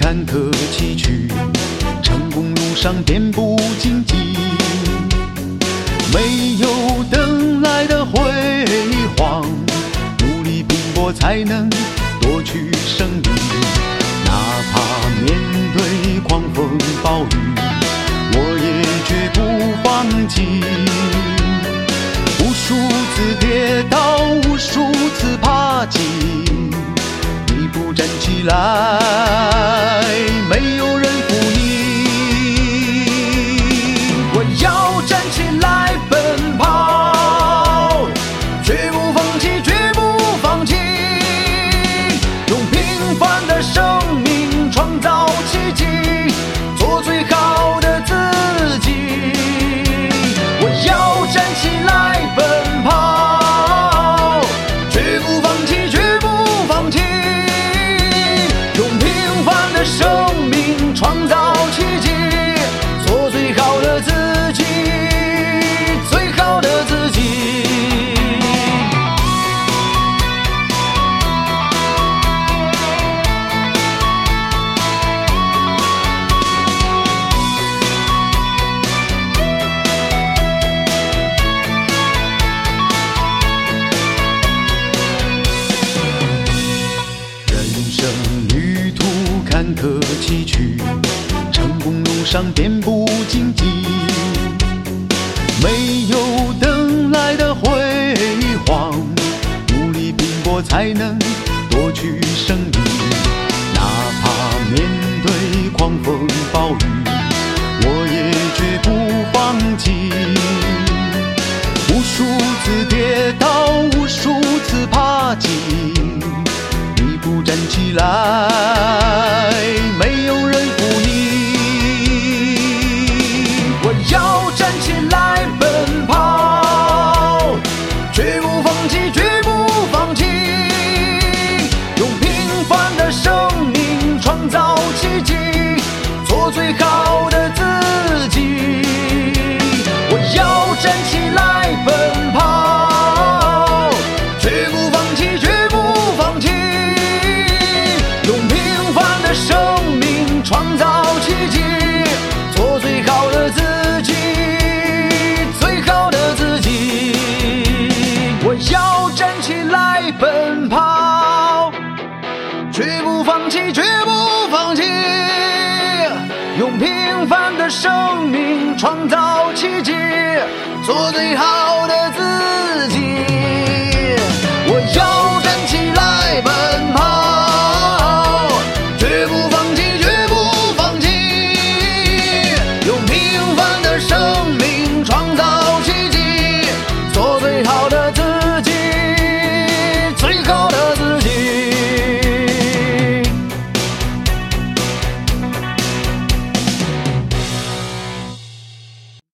坎坷崎岖，成功路上遍布荆棘。没有等来的辉煌，努力拼搏才能夺取胜利。哪怕面对狂风暴雨，我也绝不放弃。无数次跌倒，无数次爬起，你不站起来，没有人扶你。我要站起来奔跑，绝不放弃，绝不放弃，用平凡的生命创造奇迹，做最好的自己。我要站起来奔跑，绝不放弃，绝不放弃，用平凡的生命创造奇迹，做最好的自己，最好的自己。坎坷崎岖，成功路上遍布荆棘。没有等来的辉煌，努力拼搏才能夺取胜利。哪怕面对狂风暴雨，我也绝不放弃。无数次跌倒，无数次爬起，你不站起来，没有人扶你。我要站起来奔跑，绝不放弃，绝不放弃，用平凡的生命创造奇迹，做最好的自己。我要站起来奔跑，绝不放弃，绝不放弃，生命创造奇迹，做最好的自己，最好的自己。我要站起来奔跑，绝不放弃，绝不放弃，用平凡的生命创造奇迹，做最好